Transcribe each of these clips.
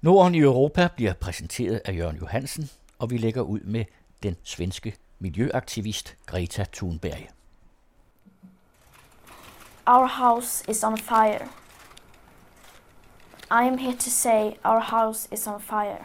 Norden i Europa bliver præsenteret af Jørgen Johansen, og vi lægger ud med den svenske miljøaktivist Greta Thunberg. Our house is on fire. I am here to say our house is on fire.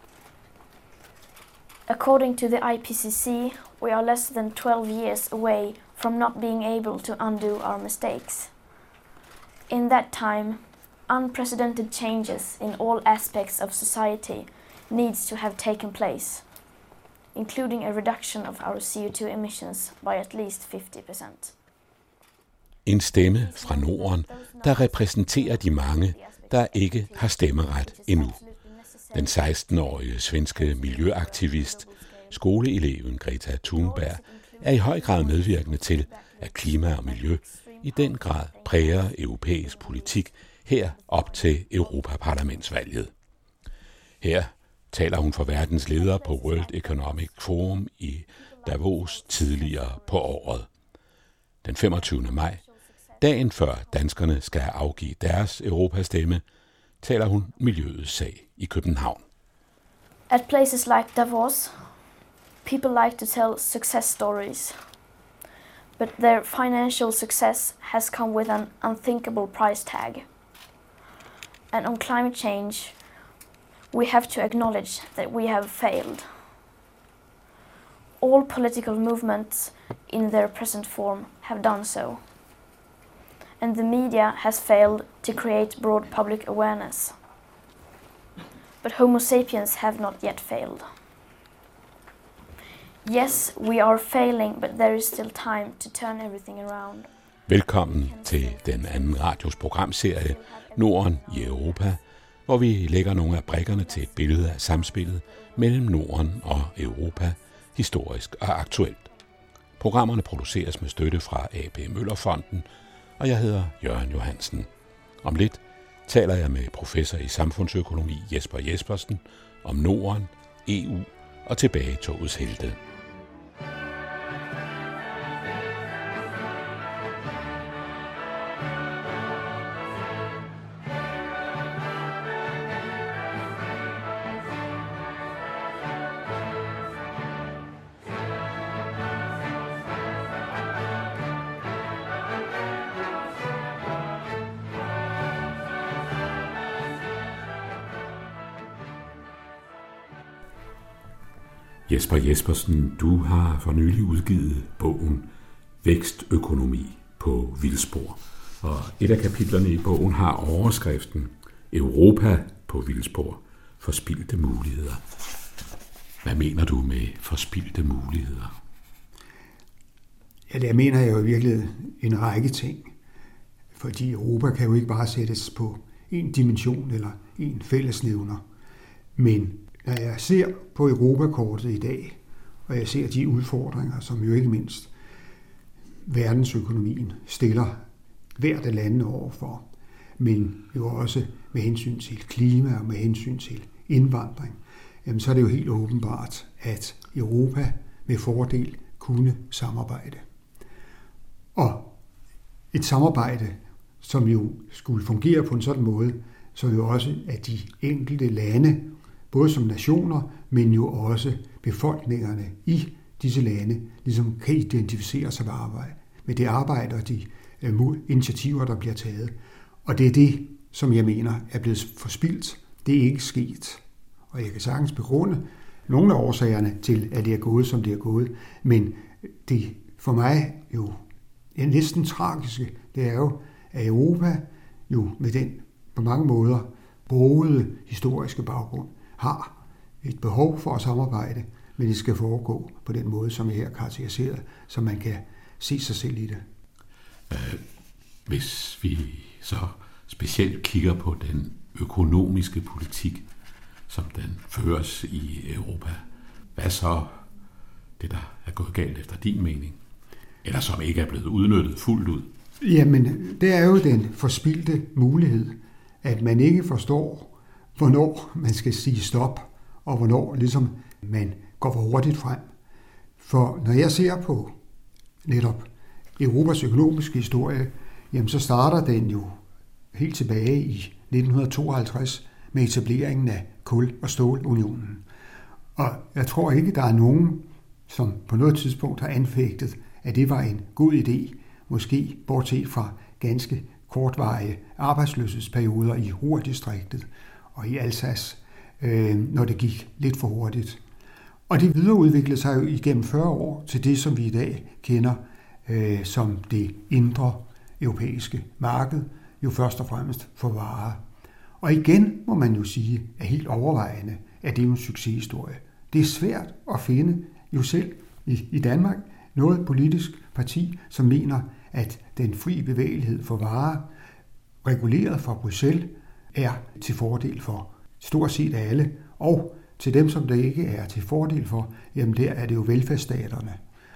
According to the IPCC, we are less than 12 years away from not being able to undo our mistakes. In that time, unprecedented changes in all aspects of society needs to have taken place, including a reduction of our CO2 emissions by at least 50%. En stemme fra Norden, der repræsenterer de mange, der ikke har stemmeret endnu. Den 16-årige svenske miljøaktivist, skoleeleven Greta Thunberg, er i høj grad medvirkende til, at klima og miljø i den grad præger europæisk politik her op til Europaparlamentsvalget. Her taler hun for verdens ledere på World Economic Forum i Davos tidligere på året. Den 25. maj, dagen før danskerne skal afgive deres europastemme, taler hun miljøets sag i København. At places like Davos, people like to tell success stories. But their financial success has come with an unthinkable price tag. And on climate change, we have to acknowledge that we have failed. All political movements in their present form have done so. And the media has failed to create broad public awareness. But Homo sapiens have not yet failed. Yes, we are failing, but there is still time to turn everything around. Velkommen til den anden radios programserie Norden i Europa, hvor vi lægger nogle af brikkerne til et billede af samspillet mellem Norden og Europa, historisk og aktuelt. Programmerne produceres med støtte fra AP Møllerfonden, og jeg hedder Jørgen Johansen. Om lidt taler jeg med professor i samfundsøkonomi Jesper Jespersen om Norden, EU og tilbagetogets helte. Jesper Jespersen, du har for nylig udgivet bogen Vækstøkonomi på vildspor. Og et af kapitlerne i bogen har overskriften Europa på vildspor. Forspildte muligheder. Hvad mener du med forspildte muligheder? Ja, der mener jeg jo i virkeligheden en række ting. Fordi Europa kan jo ikke bare sættes på en dimension eller en fællesnævner. Men når jeg ser på Europakortet i dag, og jeg ser de udfordringer, som jo ikke mindst verdensøkonomien stiller hvert af landene overfor, men jo også med hensyn til klima og med hensyn til indvandring, jamen så er det jo helt åbenbart, at Europa med fordel kunne samarbejde. Og et samarbejde, som jo skulle fungere på en sådan måde, så jo også at de enkelte lande, både som nationer, men jo også befolkningerne i disse lande, ligesom kan identificere sig med det arbejde og de initiativer, der bliver taget. Og det er det, som jeg mener er blevet forspildt. Det er ikke sket. Og jeg kan sagtens begrunde nogle af årsagerne til, at det er gået, som det er gået. Men det for mig jo er næsten tragiske, det er jo, at Europa jo med den på mange måder brogede historiske baggrund har et behov for at samarbejde, men det skal foregå på den måde, som jeg her karakteriseret, så man kan se sig selv i det. Hvis vi så specielt kigger på den økonomiske politik, som den føres i Europa, hvad så det, der er gået galt efter din mening? Eller som ikke er blevet udnyttet fuldt ud? Jamen, det er jo den forspildte mulighed, at man ikke forstår, hvornår man skal sige stop, og hvornår ligesom man går for hurtigt frem. For når jeg ser på netop Europas økonomiske historie, jamen så starter den jo helt tilbage i 1952 med etableringen af kul- og stålunionen. Og jeg tror ikke, der er nogen, som på noget tidspunkt har anfægtet, at det var en god idé, måske bortset fra ganske kortvarige arbejdsløshedsperioder i Ruhrdistriktet og i Alsace, når det gik lidt for hurtigt. Og det videreudviklede sig jo igennem 40 år til det, som vi i dag kender som det indre europæiske marked, jo først og fremmest for varer. Og igen må man jo sige, at helt overvejende er det jo en succeshistorie. Det er svært at finde jo selv i Danmark noget politisk parti, som mener, at den fri bevægelighed for varer, reguleret fra Bruxelles, er til fordel for stort set alle, og til dem, som det ikke er til fordel for, jamen der er det jo velfærdsstaterne,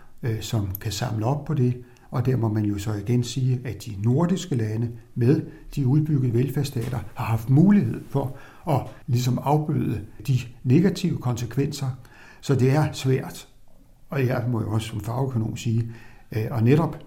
som kan samle op på det, og der må man jo så igen sige, at de nordiske lande med de udbyggede velfærdsstater har haft mulighed for at ligesom afbøde de negative konsekvenser, så det er svært. Og jeg må jo også som fagøkonom sige, og netop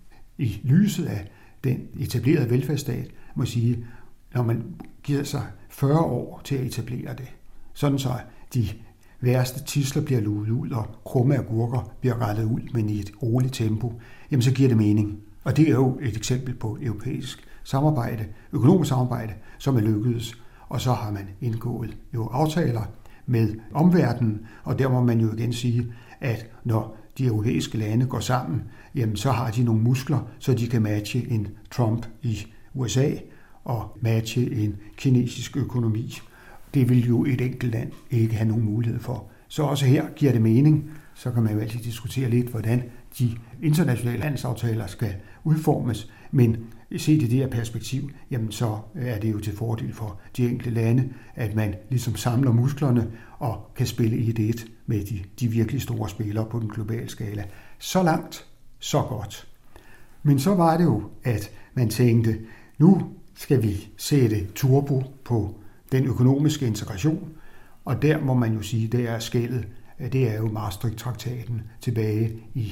i lyset af den etablerede velfærdsstat, må sige, når man giver sig 40 år til at etablere det, sådan så de værste tidsler bliver luet ud, og krumme agurker bliver rettet ud, men i et roligt tempo, jamen så giver det mening. Og det er jo et eksempel på europæisk samarbejde, økonomisk samarbejde, som er lykkedes. Og så har man indgået jo aftaler med omverdenen, og der må man jo igen sige, at når de europæiske lande går sammen, jamen så har de nogle muskler, så de kan matche en Trump i USA og matche en kinesisk økonomi. Det vil jo et enkelt land ikke have nogen mulighed for. Så også her giver det mening. Så kan man jo altid diskutere lidt, hvordan de internationale handelsaftaler skal udformes. Men set i det her perspektiv, jamen så er det jo til fordel for de enkelte lande, at man ligesom samler musklerne og kan spille 1-1 med de virkelig store spillere på den globale skala. Så langt, så godt. Men så var det jo, at man tænkte, nu skal vi sætte turbo på den økonomiske integration, og der må man jo sige, det er skellet, det er jo Maastricht-traktaten tilbage i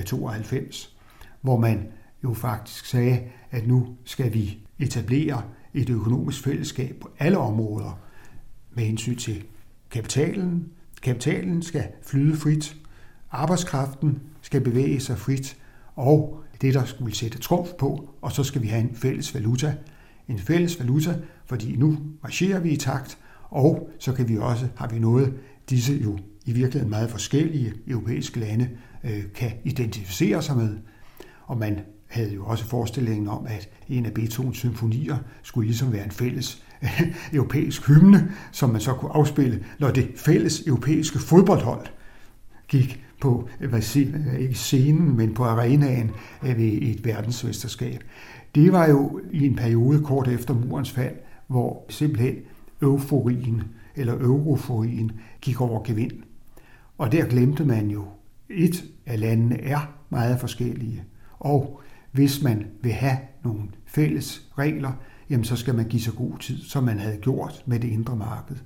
92, hvor man jo faktisk sagde, at nu skal vi etablere et økonomisk fællesskab på alle områder med hensyn til kapitalen. Kapitalen skal flyde frit, arbejdskraften skal bevæge sig frit, og det, der skulle sætte trumf på, og så skal vi have en fælles valuta. En fælles valuta, fordi nu marcherer vi i takt, og så kan vi også, har vi noget, disse jo i virkeligheden meget forskellige europæiske lande kan identificere sig med. Og man havde jo også forestillingen om, at en af Beethovens symfonier skulle ligesom være en fælles europæisk hymne, som man så kunne afspille, når det fælles europæiske fodboldhold gik på, ikke scenen, men på arenaen ved et verdensmesterskab. Det var jo i en periode kort efter murens fald, hvor simpelthen euforien eller euroforien gik over gevind. Og der glemte man jo, et af landene er meget forskellige, og hvis man vil have nogle fælles regler, jamen så skal man give sig god tid, som man havde gjort med det indre marked.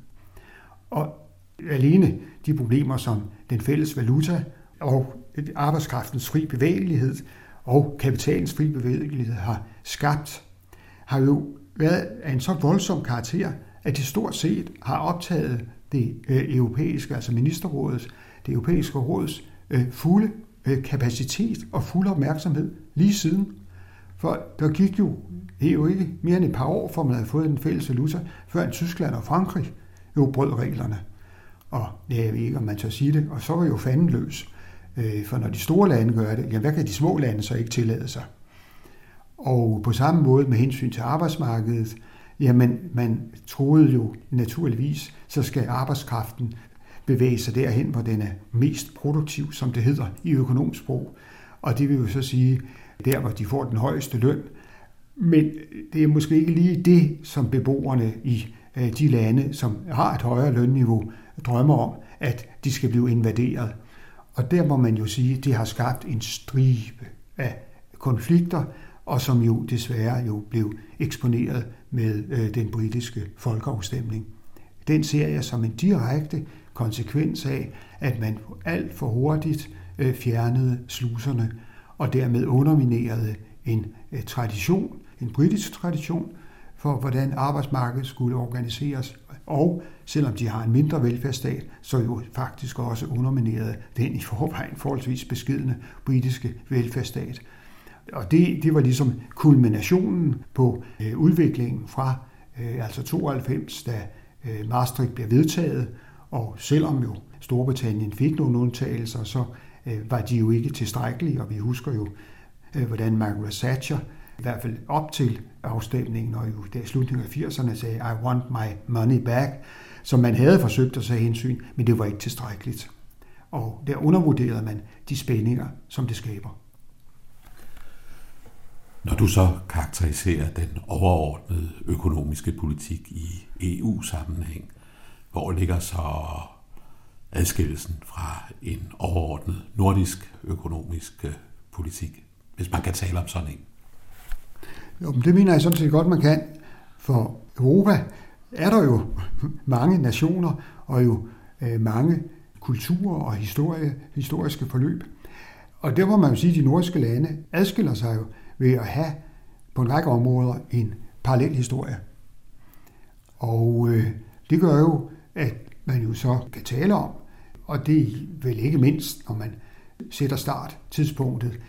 Og alene de problemer, som den fælles valuta og arbejdskraftens fri bevægelighed og kapitalens fri bevægelighed har skabt, har jo været af en så voldsom karakter, at det stort set har optaget det europæiske, altså ministerrådet, det europæiske råds fulde kapacitet og fuld opmærksomhed lige siden. For der gik jo, det er jo ikke mere end et par år, for man havde fået den fælles valuta, før Tyskland og Frankrig jo brød reglerne. Og ja, jeg ved ikke, om man tør sige det, og så var jo fanden løs. For når de store lande gør det, jamen hvad kan de små lande så ikke tillade sig? Og på samme måde med hensyn til arbejdsmarkedet, jamen man troede jo naturligvis, så skal arbejdskraften bevæge sig derhen, hvor den er mest produktiv, som det hedder i økonomisk sprog. Og det vil jo så sige, der hvor de får den højeste løn. Men det er måske ikke lige det, som beboerne i de lande, som har et højere lønniveau, drømmer om, at de skal blive invaderet. Og der må man jo sige, at det har skabt en stribe af konflikter, og som jo desværre jo blev eksponeret med den britiske folkeafstemning. Den ser jeg som en direkte konsekvens af, at man alt for hurtigt fjernede sluserne, og dermed underminerede en tradition, en britisk tradition, for, hvordan arbejdsmarkedet skulle organiseres. Og selvom de har en mindre velfærdsstat, så jo faktisk også underminerede den i forvejen forholdsvis beskedne britiske velfærdsstat. Og det var ligesom kulminationen på udviklingen fra altså 92, da Maastricht blev vedtaget, og selvom jo Storbritannien fik nogle undtagelser, så var de jo ikke tilstrækkelige, og vi husker jo, hvordan Margaret Thatcher, i hvert fald op til afstemningen, og jo i slutningen af 80'erne sagde, I want my money back, som man havde forsøgt at tage hensyn, men det var ikke tilstrækkeligt. Og der undervurderede man de spændinger, som det skaber. Når du så karakteriserer den overordnede økonomiske politik i EU-sammenhæng, hvor ligger så adskillelsen fra en overordnet nordisk økonomisk politik, hvis man kan tale om sådan en? Jo, det mener jeg sådan set godt, man kan. For Europa er der jo mange nationer og jo mange kulturer og historiske forløb. Og der må man jo sige, at de nordiske lande adskiller sig jo ved at have på en række områder en parallel historie. Og det gør jo, at man jo så kan tale om, og det er vel ikke mindst, når man sætter starttidspunktet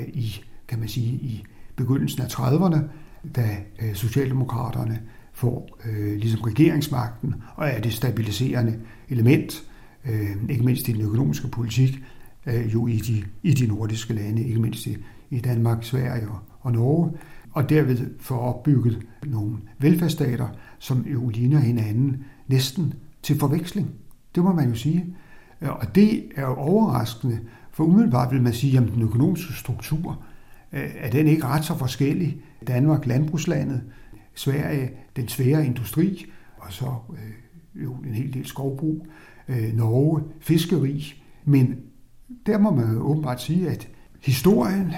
kan man sige, i begyndelsen af 30'erne, da Socialdemokraterne får ligesom regeringsmagten og er det stabiliserende element, ikke mindst i den økonomiske politik, jo i de nordiske lande, ikke mindst i Danmark, Sverige og Norge, og derved får opbygget nogle velfærdsstater, som jo ligner hinanden næsten til forveksling. Det må man jo sige. Og det er jo overraskende, for umiddelbart vil man sige, at den økonomiske struktur er den ikke ret så forskellig. Danmark, landbrugslandet, Sverige, den svære industri, og så jo en hel del skovbrug, Norge, fiskeri. Men der må man jo åbenbart sige, at historien,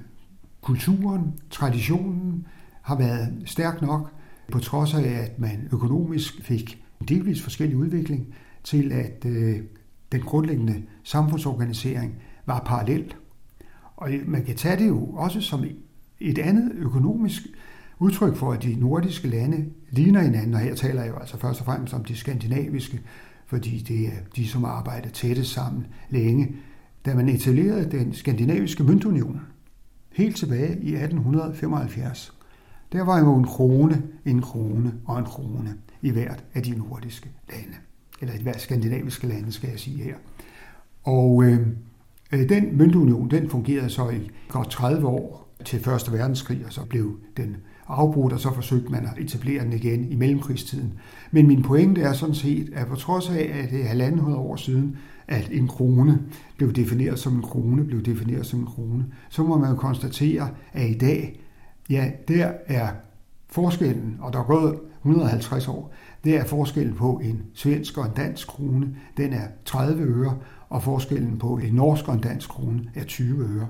kulturen, traditionen har været stærk nok, på trods af, at man økonomisk fik en delvis forskellig udvikling, til at den grundlæggende samfundsorganisering var parallel. Og man kan tage det jo også som et andet økonomisk udtryk for, at de nordiske lande ligner hinanden, og her taler jeg jo altså først og fremmest om de skandinaviske, fordi det er de, som har arbejdet tættest sammen længe. Da man etablerede den skandinaviske møntunion, helt tilbage i 1875, der var jo en krone og en krone i hvert af de nordiske lande. Eller i hvert skandinaviske lande, skal jeg sige her. Og den møntunion, den fungerede så i godt 30 år til Første Verdenskrig, og så blev den afbrudt, og så forsøgte man at etablere den igen i mellemkrigstiden. Men min pointe er sådan set, at på trods af, at det er 150 år siden, at en krone blev defineret som en krone, så må man jo konstatere, at i dag, ja, der er forskellen, og der er gået 150 år, det er forskellen på en svensk og en dansk krone, den er 30 øre, og forskellen på en norsk og en dansk krone er 20 øre.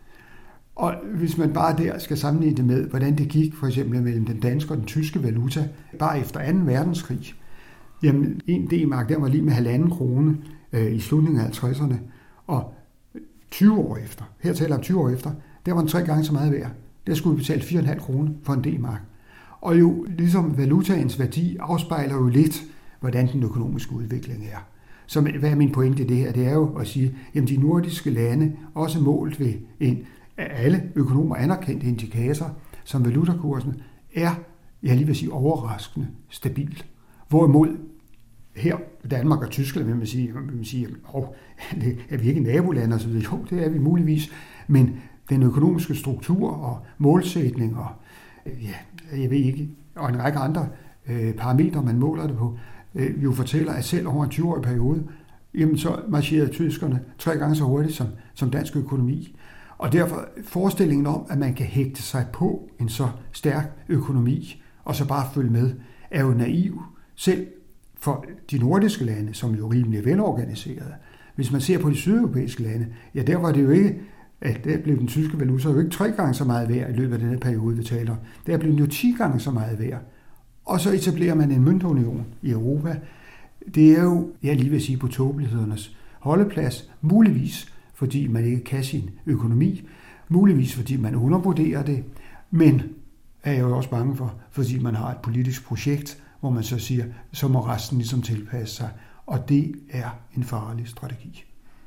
Og hvis man bare der skal sammenligne det med, hvordan det gik for eksempel mellem den danske og den tyske valuta, bare efter 2. verdenskrig, jamen en D-mark, der var lige med 1,5 krone i slutningen af 50'erne, og 20 år efter, her taler jeg om 20 år efter, der var den 3 gange så meget værd. Der skulle vi betale 4,5 kroner for en D-mark. Og jo ligesom valutaens værdi afspejler jo lidt, hvordan den økonomiske udvikling er. Så hvad er min pointe i det her? Det er jo at sige, at de nordiske lande, også målt ved en af alle økonomer anerkendt indikator, som valutakursen, er, jeg lige vil sige, overraskende stabilt. Hvorimod her i Danmark og Tyskland vil man sige, er vi ikke nabolande osv.? Jo, det er vi muligvis, men den økonomiske struktur og målsætning og jeg ved ikke, og en række andre parametre, man måler det på, jo fortæller, at selv over en 20-årig periode, jamen så marcherede tyskerne 3 gange så hurtigt som dansk økonomi. Og derfor forestillingen om, at man kan hægte sig på en så stærk økonomi, og så bare følge med, er jo naiv. Selv for de nordiske lande, som jo rimelig velorganiserede. Hvis man ser på de sydeuropæiske lande, ja, der var det jo ikke, at der blev den tyske valuta jo ikke 3 gange så meget værd i løbet af denne periode, vi taler. Der blev den jo 10 gange så meget værd. Og så etablerer man en møntunion i Europa. Det er jo, jeg lige vil sige, på tåbelighedernes holdeplads, muligvis fordi man ikke kan sin økonomi, muligvis fordi man undervurderer det, men er jeg jo også bange for, fordi man har et politisk projekt, hvor man så siger, så må resten ligesom tilpasse sig. Og det er en farlig strategi.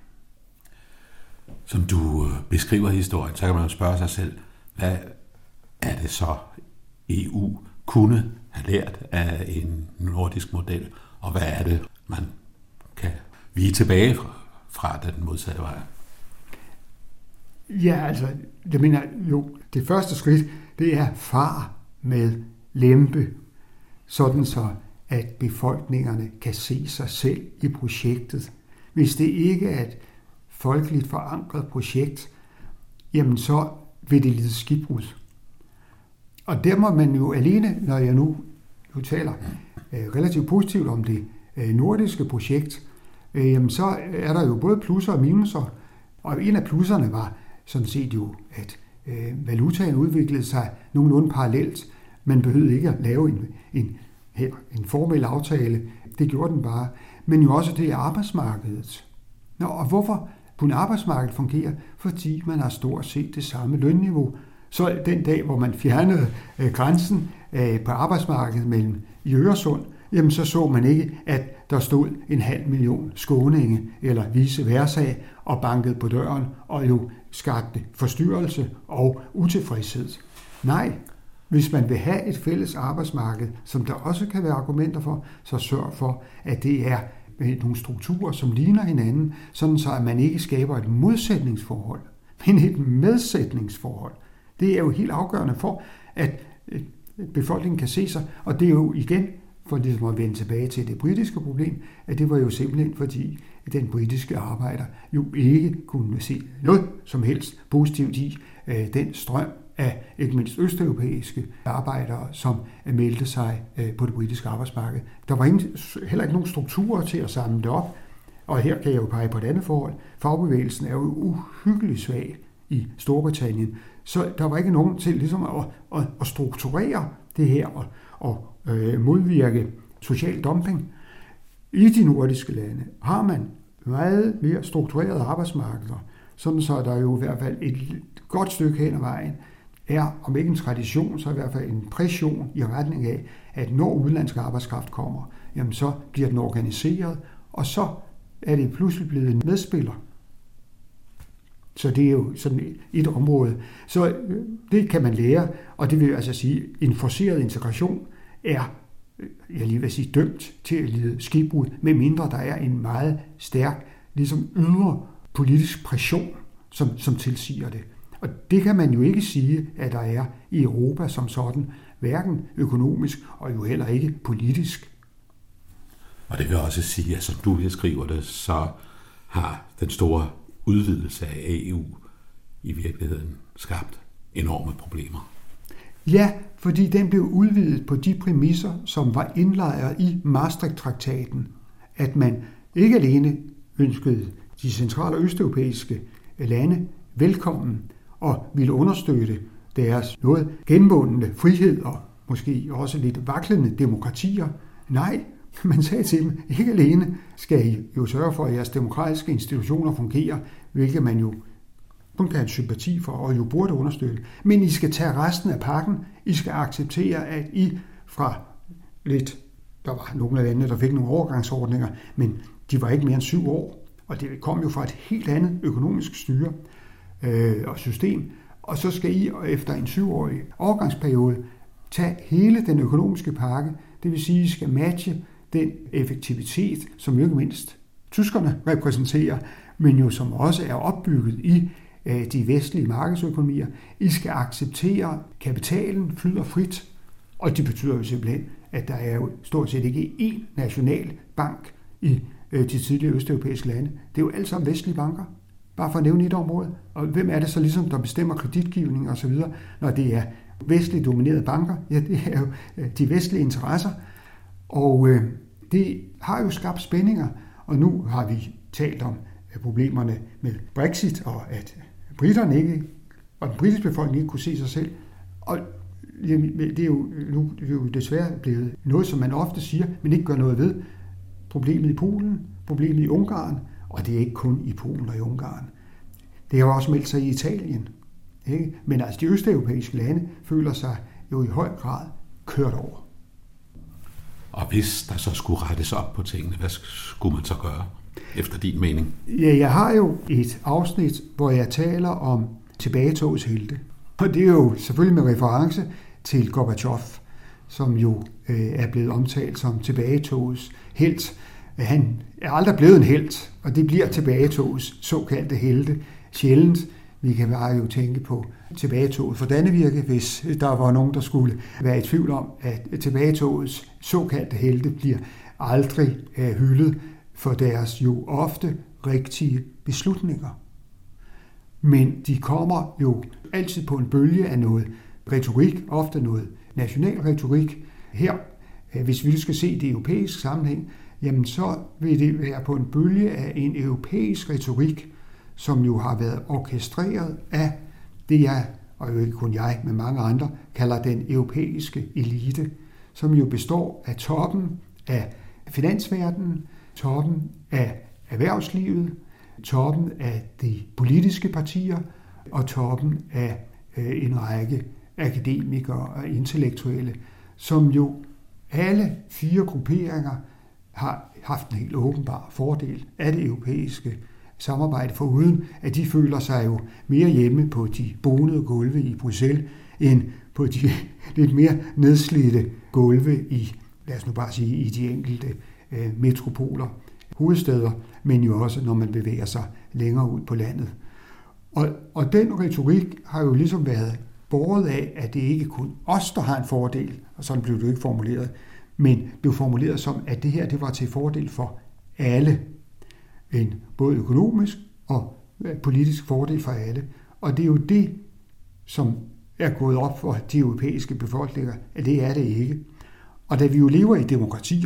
Som du beskriver historien, så kan man jo spørge sig selv, hvad er det så EU kunne have lært af en nordisk model, og hvad er det, man kan vige tilbage fra den modsatte vej? Ja, altså, jeg mener jo, det første skridt, det er far med lempe, sådan så, at befolkningerne kan se sig selv i projektet. Hvis det ikke er et folkeligt forankret projekt, jamen så vil det lide skibbrud. Og der må man jo alene, når jeg nu taler relativt positivt om det nordiske projekt, jamen så er der jo både plusser og minuser. Og en af plusserne var sådan set jo, at valutaen udviklede sig nogenlunde parallelt. Man behøvede ikke at lave en formel aftale. Det gjorde den bare. Men jo også det er arbejdsmarkedet. Nå, og hvorfor kunne arbejdsmarkedet fungere? Fordi man har stort set det samme lønniveau. Så den dag, hvor man fjernede grænsen på arbejdsmarkedet mellem i Øresund, jamen så man ikke, at der stod 500.000 skåninge eller vice versa og bankede på døren og jo skabte forstyrrelse og utilfredshed. Nej, hvis man vil have et fælles arbejdsmarked, som der også kan være argumenter for, så sørg for, at det er nogle strukturer, som ligner hinanden, sådan så at man ikke skaber et modsætningsforhold, men et medsætningsforhold. Det er jo helt afgørende for, at befolkningen kan se sig, og det er jo igen, for ligesom at vende tilbage til det britiske problem, at det var jo simpelthen fordi, den britiske arbejder jo ikke kunne se noget som helst positivt i den strøm af ikke mindst østeuropæiske arbejdere, som meldte sig på det britiske arbejdsmarked. Der var heller ikke nogen strukturer til at samle det op, og her kan jeg jo pege på et andet forhold. Fagbevægelsen er jo uhyggeligt svag i Storbritannien, så der var ikke nogen til ligesom at strukturere det her og modvirke social dumping. I de nordiske lande har man meget mere strukturerede arbejdsmarkeder, sådan så der jo i hvert fald et godt stykke hen ad vejen er, om ikke en tradition, så i hvert fald en pression i retning af, at når udenlandsk arbejdskraft kommer, jamen så bliver den organiseret, og så er det pludselig blevet en medspiller. Så det er jo sådan et område. Så det kan man lære, og det vil altså sige, at en forceret integration er, jeg lige vil sige, dømt til at lide skibbrud, medmindre der er en meget stærk, ligesom ydre politisk pression, som tilsiger det. Og det kan man jo ikke sige, at der er i Europa som sådan, hverken økonomisk og jo heller ikke politisk. Og det vil også sige, at som du beskriver det, så har den store udvidelse af EU i virkeligheden skabt enorme problemer. Ja, fordi den blev udvidet på de præmisser, som var indlejret i Maastricht-traktaten, at man ikke alene ønskede de central- og østeuropæiske lande velkommen og ville understøtte deres noget genvundne frihed og måske også lidt vaklende demokratier. Nej, man sagde til dem, ikke alene skal I jo sørge for, at jeres demokratiske institutioner fungerer, hvilket man jo kun kan have sympati for og jo burde understøtte, men I skal tage resten af pakken. I skal acceptere, at I fra lidt, der var nogle af landene, der fik nogle overgangsordninger, men de var ikke mere end 7 år, og det kom jo fra et helt andet økonomisk styre og system, og så skal I efter en 7-årig overgangsperiode tage hele den økonomiske pakke, det vil sige, at I skal matche den effektivitet, som jo ikke mindst tyskerne repræsenterer, men jo som også er opbygget i de vestlige markedsøkonomier. I skal acceptere, at kapitalen flyder frit, og det betyder jo simpelthen, at der er jo stort set ikke én national bank i de tidligere østeuropæiske lande. Det er jo alt sammen vestlige banker, bare for at nævne et område. Og hvem er det så ligesom, der bestemmer kreditgivning og så videre, når det er vestligt dominerede banker? Ja, det er jo de vestlige interesser, og det har jo skabt spændinger, og nu har vi talt om problemerne med Brexit, og at briterne ikke, og den britiske befolkning ikke kunne se sig selv. Og det er jo desværre blevet noget, som man ofte siger, men ikke gør noget ved. Problemet i Polen, problemet i Ungarn, og det er ikke kun i Polen og i Ungarn. Det har også meldt sig i Italien. Ikke? Men altså de østeuropæiske lande føler sig jo i høj grad kørt over. Og hvis der så skulle rettes op på tingene, hvad skulle man så gøre, efter din mening? Ja, jeg har jo et afsnit, hvor jeg taler om tilbagetogets helte. Og det er jo selvfølgelig med reference til Gorbatjov, som jo er blevet omtalt som tilbagetogets helt. Han er aldrig blevet en helt, og det bliver tilbagetogets såkaldte helte sjældent. Vi kan bare jo tænke på tilbagetoget for Dannevirke, hvis der var nogen, der skulle være i tvivl om, at tilbagetogets såkaldte helte bliver aldrig hyldet for deres jo ofte rigtige beslutninger. Men de kommer jo altid på en bølge af noget retorik, ofte noget national retorik. Her, hvis vi skal se det europæiske sammenhæng, jamen så vil det være på en bølge af en europæisk retorik, som jo har været orkestreret af det jeg, og jo ikke kun jeg, men mange andre, kalder den europæiske elite, som jo består af toppen af finansverdenen, toppen af erhvervslivet, toppen af de politiske partier og toppen af en række akademikere og intellektuelle, som jo alle 4 grupperinger har haft en helt åbenbar fordel af det europæiske samarbejde, foruden at de føler sig jo mere hjemme på de bonede gulve i Bruxelles, end på de lidt mere nedslidte gulve i, lad os nu bare sige, i de enkelte metropoler, hovedstæder, men jo også når man bevæger sig længere ud på landet. Og den retorik har jo ligesom været båret af, at det ikke kun os, der har en fordel, og sådan blev det jo ikke formuleret, men blev formuleret som, at det her det var til fordel for alle. En både økonomisk og politisk fordel for alle. Og det er jo det, som er gået op for de europæiske befolkninger, at det er det ikke. Og da vi jo lever i demokratier,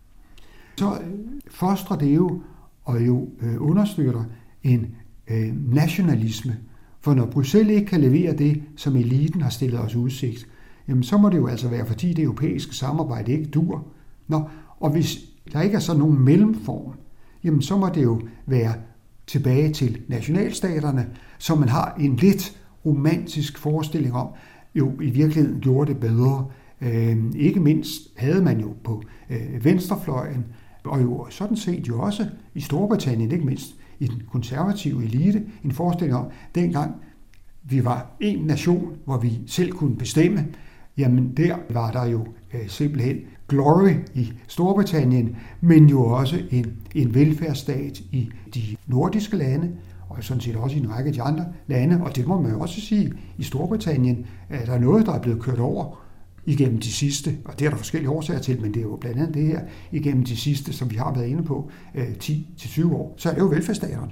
så fostrer det jo og jo understøtter en nationalisme. For når Bruxelles ikke kan levere det, som eliten har stillet os udsigt, jamen så må det jo altså være, fordi det europæiske samarbejde ikke dur. Og hvis der ikke er sådan nogen mellemform, jamen så må det jo være tilbage til nationalstaterne, så man har en lidt romantisk forestilling om, jo i virkeligheden gjorde det bedre. Ikke mindst havde man jo på venstrefløjen, og jo sådan set jo også i Storbritannien, ikke mindst i den konservative elite, en forestilling om, dengang vi var en nation, hvor vi selv kunne bestemme, jamen der var der jo simpelthen glory i Storbritannien, men jo også en velfærdsstat i de nordiske lande, og sådan set også i en række af de andre lande, og det må man jo også sige, i Storbritannien er der noget, der er blevet kørt over igennem de sidste, og det er der forskellige årsager til, men det er jo blandt andet det her, igennem de sidste, som vi har været inde på, 10-20 år, så er det jo velfærdsstaterne.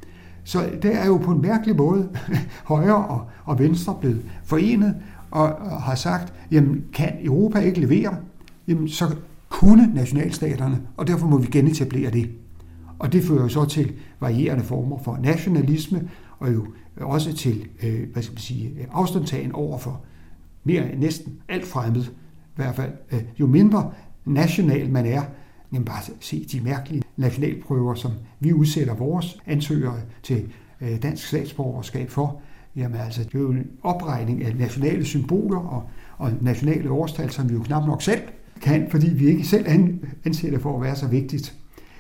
Så det er jo på en mærkelig måde højre og venstre blevet forenet, og har sagt, jamen kan Europa ikke levere, jamen så kunne nationalstaterne, og derfor må vi genetablere det. Og det fører jo så til varierende former for nationalisme, og jo også til afstandtagen over for mere næsten alt fremmed. I hvert fald jo mindre national man er, jamen bare se de mærkelige nationalprøver, som vi udsætter vores ansøgere til dansk statsborgerskab for. Jamen altså, det er jo en opregning af nationale symboler og nationale årstal, som vi jo knap nok selv kan, fordi vi ikke selv anser det for at være så vigtigt.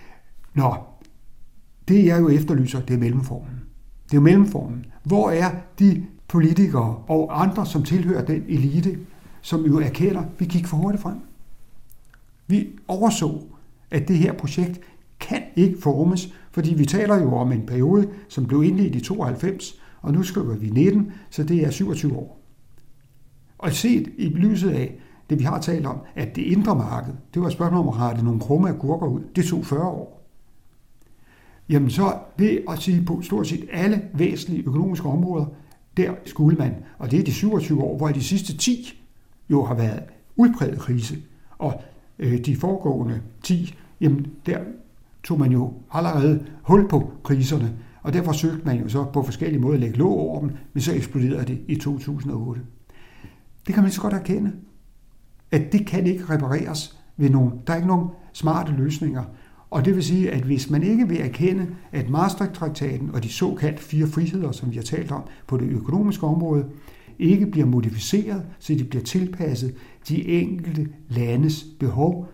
Det jeg jo efterlyser, det er mellemformen. Det er jo mellemformen. Hvor er de politikere og andre, som tilhører den elite, som jo erkender, vi gik for hurtigt frem. Vi overså, at det her projekt kan ikke formes, fordi vi taler jo om en periode, som blev indledt i 92, og nu skriver vi 19, så det er 27 år. Og set i lyset af det, vi har talt om, at det indre marked, det var et spørgsmål om at rette nogle krumme agurker ud, det tog 40 år. Jamen så det at sige på stort set alle væsentlige økonomiske områder, der skulle man, og det er de 27 år, hvor de sidste 10 jo har været udpræget krise, og de foregående 10, jamen der tog man jo allerede hul på kriserne, og derfor søgte man jo så på forskellige måder at lægge låg over dem, men så eksploderede det i 2008. Det kan man så godt erkende, at det kan ikke repareres ved nogen. Der er ikke nogen smarte løsninger. Og det vil sige, at hvis man ikke vil erkende, at Maastricht-traktaten og de såkaldte 4 friheder, som vi har talt om på det økonomiske område, ikke bliver modificeret, så de bliver tilpasset de enkelte landes behov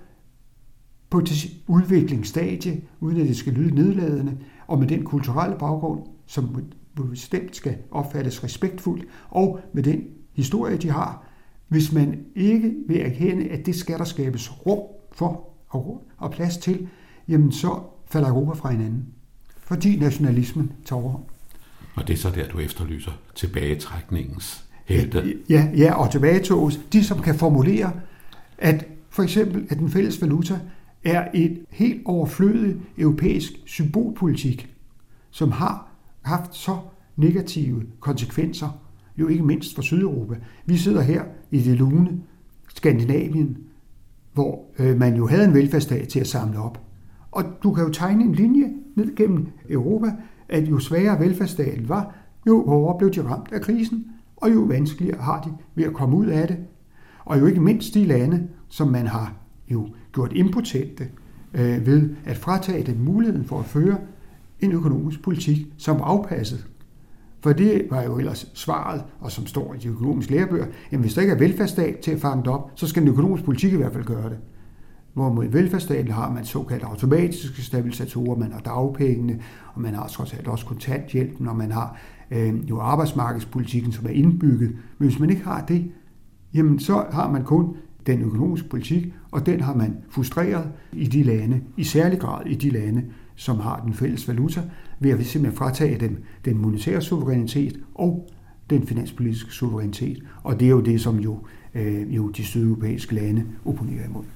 på et udviklingsstadie, uden at det skal lyde nedladende, og med den kulturelle baggrund, som bestemt skal opfattes respektfuldt, og med den historie, de har. Hvis man ikke vil erkende, at det skal der skabes rum for og plads til, jamen så falder Europa fra hinanden, fordi nationalismen tager overhånd. Og det er så der, du efterlyser tilbagetrækningens helte. Ja, og tilbagetoget, de som kan formulere, at for eksempel, at den fælles valuta er et helt overflødigt europæisk symbolpolitik, som har haft så negative konsekvenser, jo ikke mindst for Sydeuropa. Vi sidder her i det lune Skandinavien, hvor man jo havde en velfærdsstat til at samle op. Og du kan jo tegne en linje ned gennem Europa, at jo svagere velfærdsstaten var, jo hårdere blev de ramt af krisen, og jo vanskeligere har de ved at komme ud af det. Og jo ikke mindst de lande, som man har jo gjort impotente ved at fratage dem muligheden for at føre en økonomisk politik, som var afpasset. For det var jo ellers svaret, og som står i de økonomiske lærebøger, jamen hvis der ikke er velfærdsstat til at fange det op, så skal den økonomiske politik i hvert fald gøre det. Hvorimod i velfærdsstaten har man såkaldte automatiske stabilisatorer, man har dagpengene, og man har trods alt også kontanthjælpen, og man har jo arbejdsmarkedspolitikken, som er indbygget. Men hvis man ikke har det, jamen så har man kun den økonomiske politik, og den har man frustreret i de lande, i særlig grad i de lande, som har den fælles valuta, ved at vi simpelthen fratage dem den monetære suverænitet og den finanspolitiske suverænitet. Og det er jo det, som jo de sydeuropæiske lande opponerer imod.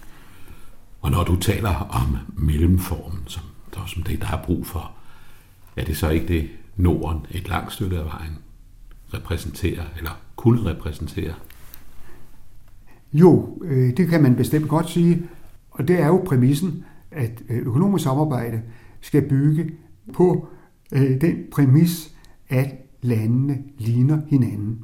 Og når du taler om mellemformen, som det, der er brug for, er det så ikke det, Norden et langt stykke af vejen repræsenterer, eller kunne repræsentere? Jo, det kan man bestemt godt sige, og det er jo præmissen, at økonomisk samarbejde skal bygge på den præmis, at landene ligner hinanden.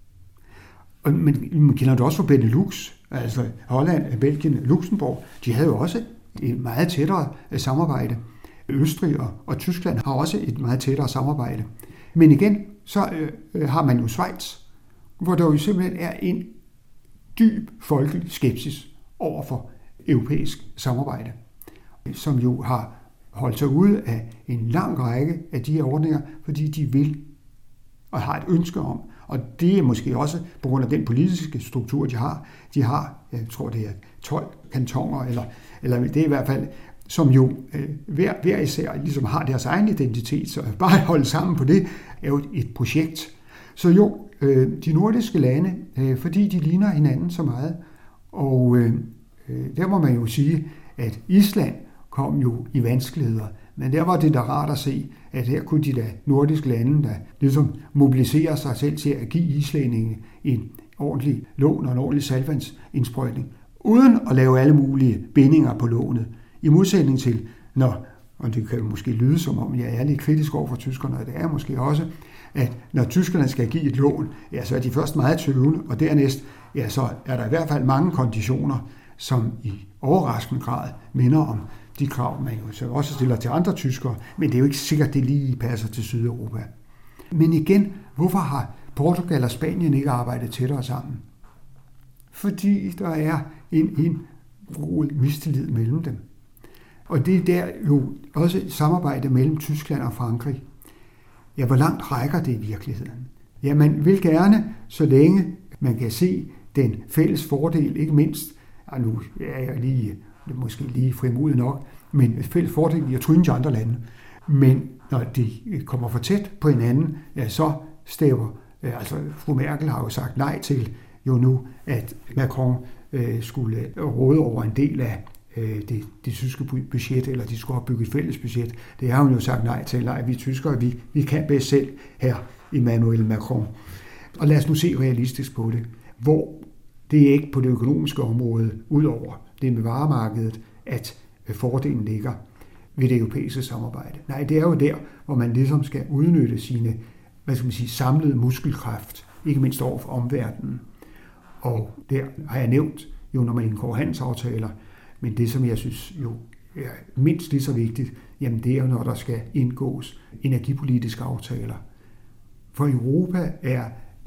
Og man kender det også fra Benelux, altså Holland, Belgien, Luxembourg, de havde jo også et meget tættere samarbejde. Østrig og Tyskland har også et meget tættere samarbejde. Men igen, så har man jo Schweiz, hvor der jo simpelthen er en dyb folkelig skepsis over for europæisk samarbejde, som jo har holdt sig ude af en lang række af de her ordninger, fordi de vil og har et ønske om. Og det er måske også på grund af den politiske struktur, de har. De har, jeg tror det er 12 kantoner, eller det er i hvert fald, som jo hver især ligesom har deres egen identitet, så bare holde sammen på det, er jo et projekt. Så jo, de nordiske lande, fordi de ligner hinanden så meget, og der må man jo sige, at Island kom jo i vanskeligheder, men der var det da rart at se, at her kunne de nordiske lande, der ligesom mobiliserer sig selv til at give islændinge en ordentlig lån og en ordentlig saltvandsindsprøjtning, uden at lave alle mulige bindinger på lånet. I modsætning til, og det kan jo måske lyde som om, jeg er lidt kritisk over for tyskerne, og det er måske også, at når tyskerne skal give et lån, ja, så er de først meget tøvende, og dernæst, ja, så er der i hvert fald mange konditioner, som i overraskende grad minder om de krav, man jo så også stiller til andre tyskere, men det er jo ikke sikkert, det lige passer til Sydeuropa. Men igen, hvorfor har Portugal og Spanien ikke arbejdet tættere sammen? Fordi der er en mistillid mellem dem. Og det er der jo også et samarbejde mellem Tyskland og Frankrig. Ja, hvor langt rækker det i virkeligheden? Ja, man vil gerne, så længe man kan se den fælles fordel, ikke mindst, og nu er jeg måske lige frimodig nok, men fælles fordel i at tryne til andre lande. Men når de kommer for tæt på hinanden, ja, så stæver, altså fru Merkel har jo sagt nej til jo nu, at Macron skulle råde over en del af det tyske budget, eller de skulle opbygge et fælles budget. Det har hun jo sagt nej til. Nej, vi tyskere, vi kan bedst selv her, Emmanuel Macron. Og lad os nu se realistisk på det. Hvor det er ikke på det økonomiske område, udover det med varemarkedet, at fordelen ligger ved det europæiske samarbejde. Nej, det er jo der, hvor man ligesom skal udnytte sine, samlede muskelkraft, ikke mindst over for omverdenen. Og der har jeg nævnt, jo når man indgår handelsaftaler, men det, som jeg synes jo er mindst lige så vigtigt, jamen det er jo, når der skal indgås energipolitiske aftaler. For Europa er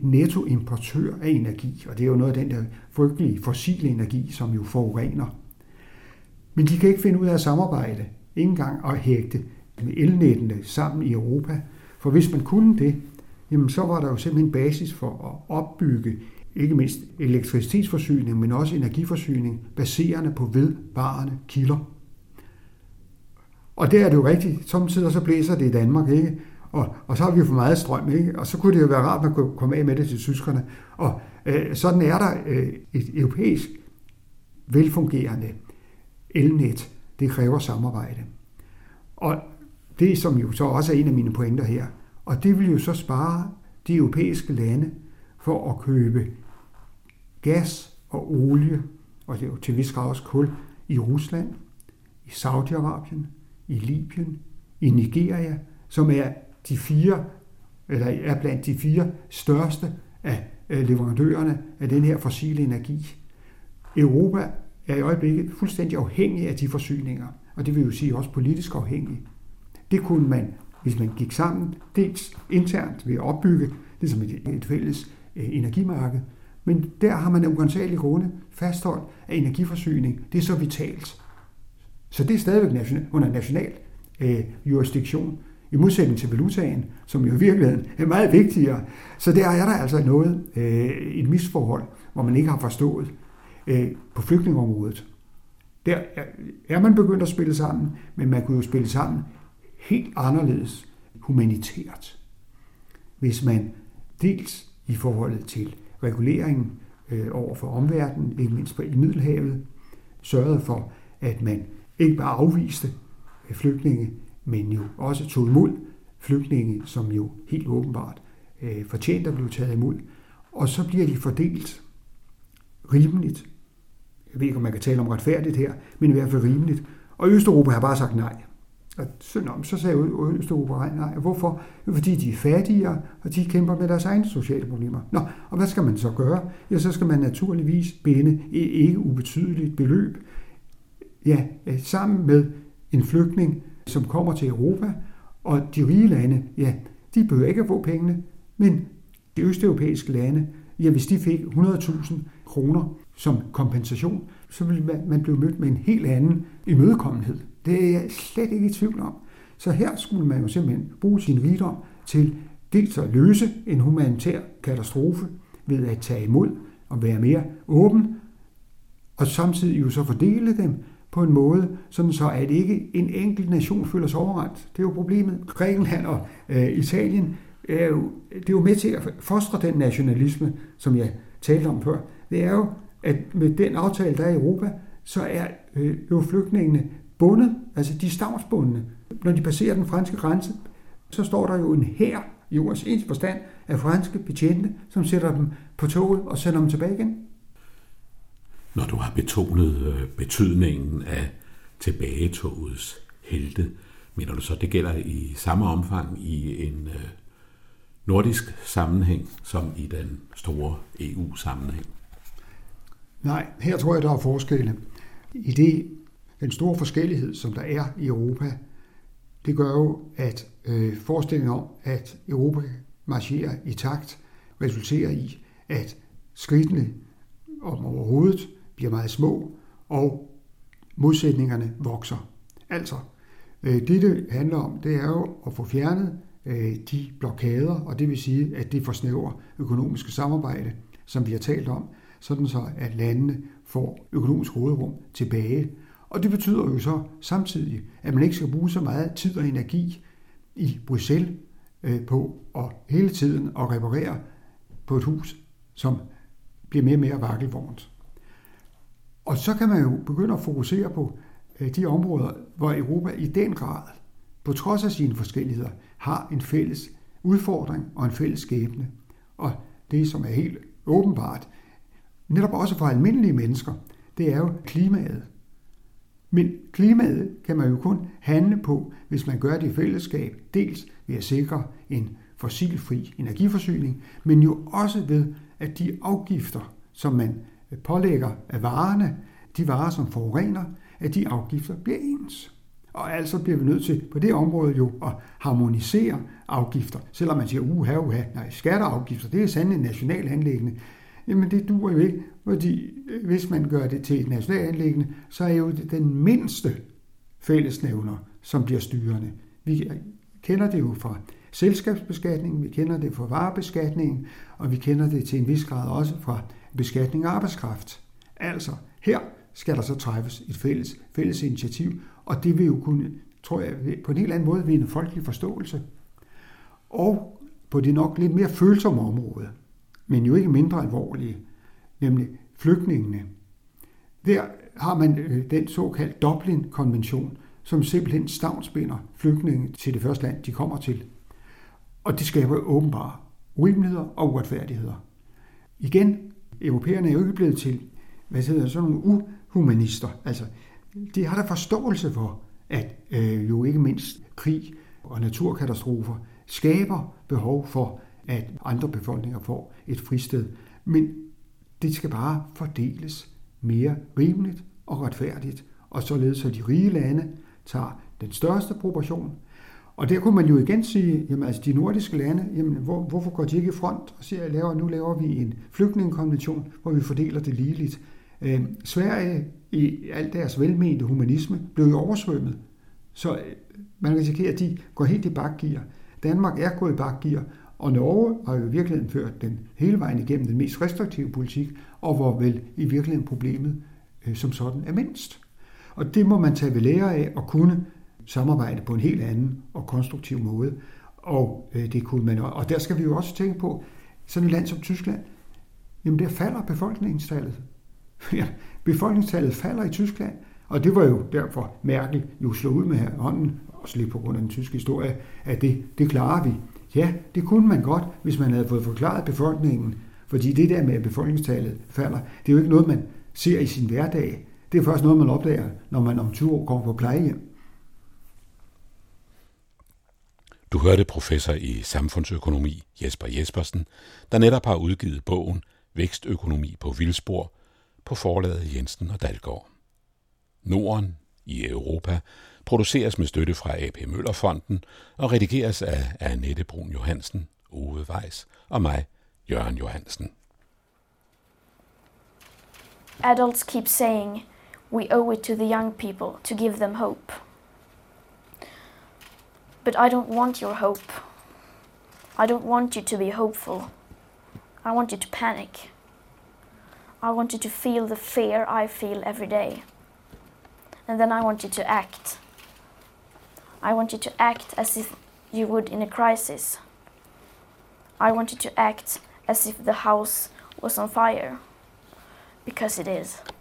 nettoimportør af energi, og det er jo noget af den der frygtelige fossile energi, som jo forurener. Men de kan ikke finde ud af at samarbejde, ikke engang at hægte med elnettene sammen i Europa. For hvis man kunne det, jamen så var der jo simpelthen basis for at opbygge ikke mindst elektricitetsforsyning, men også energiforsyning, baserende på vedvarende kilder. Og der er det jo rigtigt, samtidig så blæser det i Danmark, ikke? Og så har vi jo for meget strøm, ikke? Og så kunne det jo være rart, at man kunne komme af med det til tyskerne. Og sådan er der et europæisk velfungerende elnet. Det kræver samarbejde. Og det, som jo så også er en af mine pointer her, og det vil jo så spare de europæiske lande for at købe gas og olie, og det er jo til vis grad også kul, i Rusland, i Saudi-Arabien, i Libyen, i Nigeria, som er blandt de 4 største af leverandørerne af den her fossile energi. Europa er i øjeblikket fuldstændig afhængig af de forsyninger, og det vil jo sige også politisk afhængig. Det kunne man, hvis man gik sammen, dels internt ved at opbygge, ligesom et fælles energimarked, men der har man af uansagelige grunde fastholdt, at energiforsyning, det er så vitalt. Så det er stadigvæk under national jurisdiktion, i modsætning til valutaen, som jo i virkeligheden er meget vigtigere. Så der er der altså noget, et misforhold, hvor man ikke har forstået på flygtningeområdet. Der er man begyndt at spille sammen, men man kunne jo spille sammen helt anderledes humanitært. Hvis man dels i forholdet til reguleringen over for omverdenen, ikke mindst i Middelhavet, sørgede for, at man ikke bare afviste flygtninge, men jo også tog imod flygtninge, som jo helt åbenbart fortjent at blive taget imod. Og så bliver de fordelt rimeligt. Jeg ved ikke, om man kan tale om retfærdigt her, men i hvert fald rimeligt. Og Østeuropa har bare sagt nej. Og så sagde Østeuropa nej. Hvorfor? Fordi de er fattigere, og de kæmper med deres egne sociale problemer. Nå, og hvad skal man så gøre? Ja, så skal man naturligvis binde et ikke ubetydeligt beløb, ja, sammen med en flygtning, som kommer til Europa, og de rige lande, ja, de behøver ikke at få pengene, men de østeuropæiske lande, ja, hvis de fik 100.000 kroner som kompensation, så ville man blive mødt med en helt anden imødekommenhed. Det er jeg slet ikke i tvivl om. Så her skulle man jo simpelthen bruge sin rigdom til dels at løse en humanitær katastrofe ved at tage imod og være mere åben, og samtidig jo så fordele dem på en måde, sådan så at ikke en enkelt nation føler sig overrendt. Det er jo problemet. Grækenland og Italien det er jo med til at fostre den nationalisme, som jeg talte om før. Det er jo, at med den aftale, der er i Europa, så er jo flygtningene bundet, altså de er stavnsbundne. Når de passerer den franske grænse, så står der jo en hær i ordets ens forstand af franske betjente, som sætter dem på toget og sender dem tilbage igen. Når du har betonet betydningen af tilbagetogets helte, mener du så, det gælder i samme omfang i en nordisk sammenhæng som i den store EU-sammenhæng? Nej, her tror jeg, der er forskelle. I det, den store forskellighed, som der er i Europa, det gør jo, at forestillingen om, at Europa marcherer i takt, resulterer i, at skridtene om overhovedet bliver meget små, og modsætningerne vokser. Altså, det handler om, det er jo at få fjernet de blokader, og det vil sige, at det forsnævrer økonomiske samarbejde, som vi har talt om, sådan så at landene får økonomisk råderum tilbage. Og det betyder jo så samtidig, at man ikke skal bruge så meget tid og energi i Bruxelles på at hele tiden at reparere på et hus, som bliver mere og mere vakkelvornt. Og så kan man jo begynde at fokusere på de områder, hvor Europa i den grad, på trods af sine forskelligheder, har en fælles udfordring og en fælles skæbne. Og det, som er helt åbenbart, netop også for almindelige mennesker, det er jo klimaet. Men klimaet kan man jo kun handle på, hvis man gør det i fællesskab, dels ved at sikre en fossilfri energiforsyning, men jo også ved, at de afgifter, som man pålægger af varerne, de varer, som forurener, at de afgifter bliver ens. Og altså bliver vi nødt til på det område jo at harmonisere afgifter. Selvom man siger, nej, skatter og afgifter, det er sandelig en national anliggende. Jamen det duer jo ikke, fordi hvis man gør det til et nationalt anliggende, så er jo det den mindste fællesnævner, som bliver styrende. Vi kender det jo fra selskabsbeskatningen, vi kender det fra varebeskatningen, og vi kender det til en vis grad også fra beskatning af arbejdskraft. Altså, her skal der så træffes et fælles initiativ, og det vil jo kunne, tror jeg, på en helt anden måde vinde folkelig forståelse. Og på det nok lidt mere følsomme område, men jo ikke mindre alvorlige, nemlig flygtningene. Der har man den såkaldte Dublin-konvention, som simpelthen stavnsbinder flygtninge til det første land, de kommer til. Og det skaber åbenbare urimeligheder og uretfærdigheder. Igen, europæerne er jo ikke blevet til sådan nogle uhumanister. Altså, de har da forståelse for, at jo ikke mindst krig og naturkatastrofer skaber behov for, at andre befolkninger får et fristed. Men det skal bare fordeles mere rimeligt og retfærdigt, og således så de rige lande tager den største proportion. Og der kunne man jo igen sige, jamen altså de nordiske lande, jamen hvorfor går de ikke i front og siger, nu laver vi en flygtningekonvention, hvor vi fordeler det ligeligt. Sverige i al deres velmente humanisme blev jo oversvømmet, så man risikerer, at de går helt i bakgear. Danmark er gået i bakgear, og Norge har jo i virkeligheden ført den hele vejen igennem den mest restriktive politik, og hvor vel i virkeligheden problemet som sådan er mindst. Og det må man tage ved lære af og kunne samarbejde på en helt anden og konstruktiv måde. Og det kunne man, og der skal vi jo også tænke på, sådan et land som Tyskland, jamen der falder befolkningstallet. Ja, befolkningstallet falder i Tyskland, og det var jo derfor Merkel jo slog ud med hånden, også lige på grund af den tyske historie, at det klarer vi. Ja, det kunne man godt, hvis man havde fået forklaret befolkningen, fordi det der med, at befolkningstallet falder, det er jo ikke noget, man ser i sin hverdag. Det er først noget, man opdager, når man om 20 år kommer på plejehjem. Du hørte professor i samfundsøkonomi Jesper Jespersen, der netop har udgivet bogen Vækstøkonomi på vildspor på forlaget Jensen og Dalgaard. Norden i Europa produceres med støtte fra AP Møller-fonden og redigeres af Annette Brun Johansen, Ove Weiss og mig, Jørgen Johansen. Adults keep saying, we owe it to the young people to give them hope. But I don't want your hope. I don't want you to be hopeful. I want you to panic. I want you to feel the fear I feel every day. And then I want you to act. I want you to act as if you would in a crisis. I want you to act as if the house was on fire. Because it is.